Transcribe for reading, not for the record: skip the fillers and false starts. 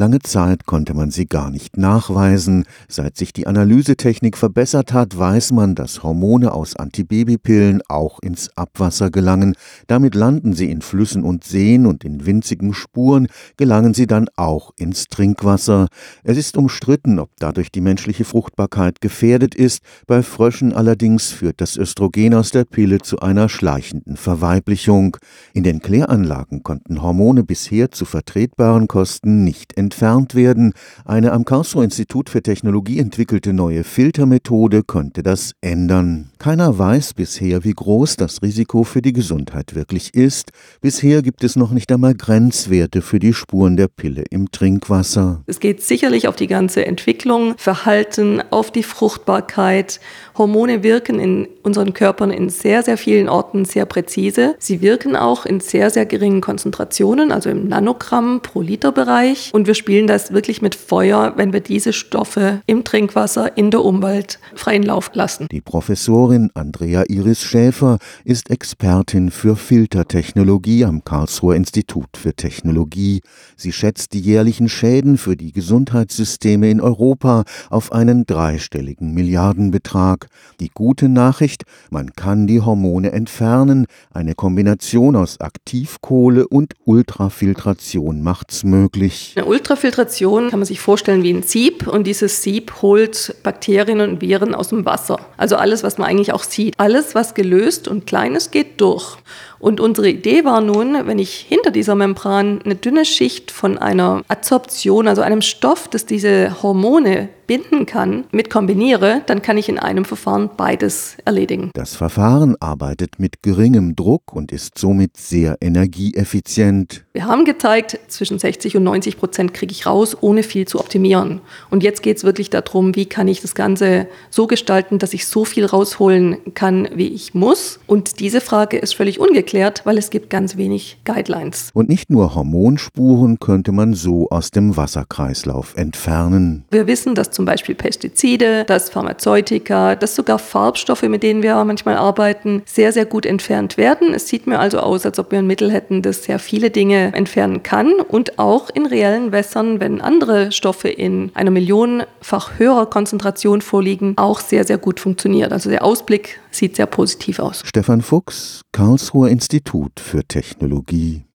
Lange Zeit konnte man sie gar nicht nachweisen. Seit sich die Analysetechnik verbessert hat, weiß man, dass Hormone aus Antibabypillen auch ins Abwasser gelangen. Damit landen sie in Flüssen und Seen und in winzigen Spuren gelangen sie dann auch ins Trinkwasser. Es ist umstritten, ob dadurch die menschliche Fruchtbarkeit gefährdet ist. Bei Fröschen allerdings führt das Östrogen aus der Pille zu einer schleichenden Verweiblichung. In den Kläranlagen konnten Hormone bisher zu vertretbaren Kosten nicht entfernt werden. Eine am Karlsruher Institut für Technologie entwickelte neue Filtermethode könnte das ändern. Keiner weiß bisher, wie groß das Risiko für die Gesundheit wirklich ist. Bisher gibt es noch nicht einmal Grenzwerte für die Spuren der Pille im Trinkwasser. Es geht sicherlich auf die ganze Entwicklung, Verhalten, auf die Fruchtbarkeit. Hormone wirken in unseren Körpern in sehr, sehr vielen Orten sehr präzise. Sie wirken auch in sehr, sehr geringen Konzentrationen, also im Nanogramm pro Liter Bereich. Und wir spielen das wirklich mit Feuer, wenn wir diese Stoffe im Trinkwasser, in der Umwelt freien Lauf lassen. Die Professorin Andrea Iris Schäfer ist Expertin für Filtertechnologie am Karlsruher Institut für Technologie. Sie schätzt die jährlichen Schäden für die Gesundheitssysteme in Europa auf einen dreistelligen Milliardenbetrag. Die gute Nachricht, man kann die Hormone entfernen. Eine Kombination aus Aktivkohle und Ultrafiltration macht's möglich. Eine Ultrafiltration kann man sich vorstellen wie ein Sieb und dieses Sieb holt Bakterien und Viren aus dem Wasser. Also alles, was man eigentlich auch sieht. Alles, was gelöst und klein ist, geht durch. Und unsere Idee war nun, wenn ich hinter dieser Membran eine dünne Schicht von einer Adsorption, also einem Stoff, das diese Hormone binden kann, mit kombiniere, dann kann ich in einem Verfahren beides erledigen. Das Verfahren arbeitet mit geringem Druck und ist somit sehr energieeffizient. Wir haben gezeigt, zwischen 60% und 90% kriege ich raus, ohne viel zu optimieren. Und jetzt geht es wirklich darum, wie kann ich das Ganze so gestalten, dass ich so viel rausholen kann, wie ich muss. Und diese Frage ist völlig ungeklärt, weil es gibt ganz wenig Guidelines. Und nicht nur Hormonspuren könnte man so aus dem Wasserkreislauf entfernen. Wir wissen, dass zum Beispiel Pestizide, dass Pharmazeutika, dass sogar Farbstoffe, mit denen wir manchmal arbeiten, sehr, sehr gut entfernt werden. Es sieht mir also aus, als ob wir ein Mittel hätten, das sehr viele Dinge entfernen kann und auch in reellen Wässern, wenn andere Stoffe in einer millionenfach höherer Konzentration vorliegen, auch sehr, sehr gut funktioniert. Also der Ausblick sieht sehr positiv aus. Stefan Fuchs, Karlsruher Institut für Technologie.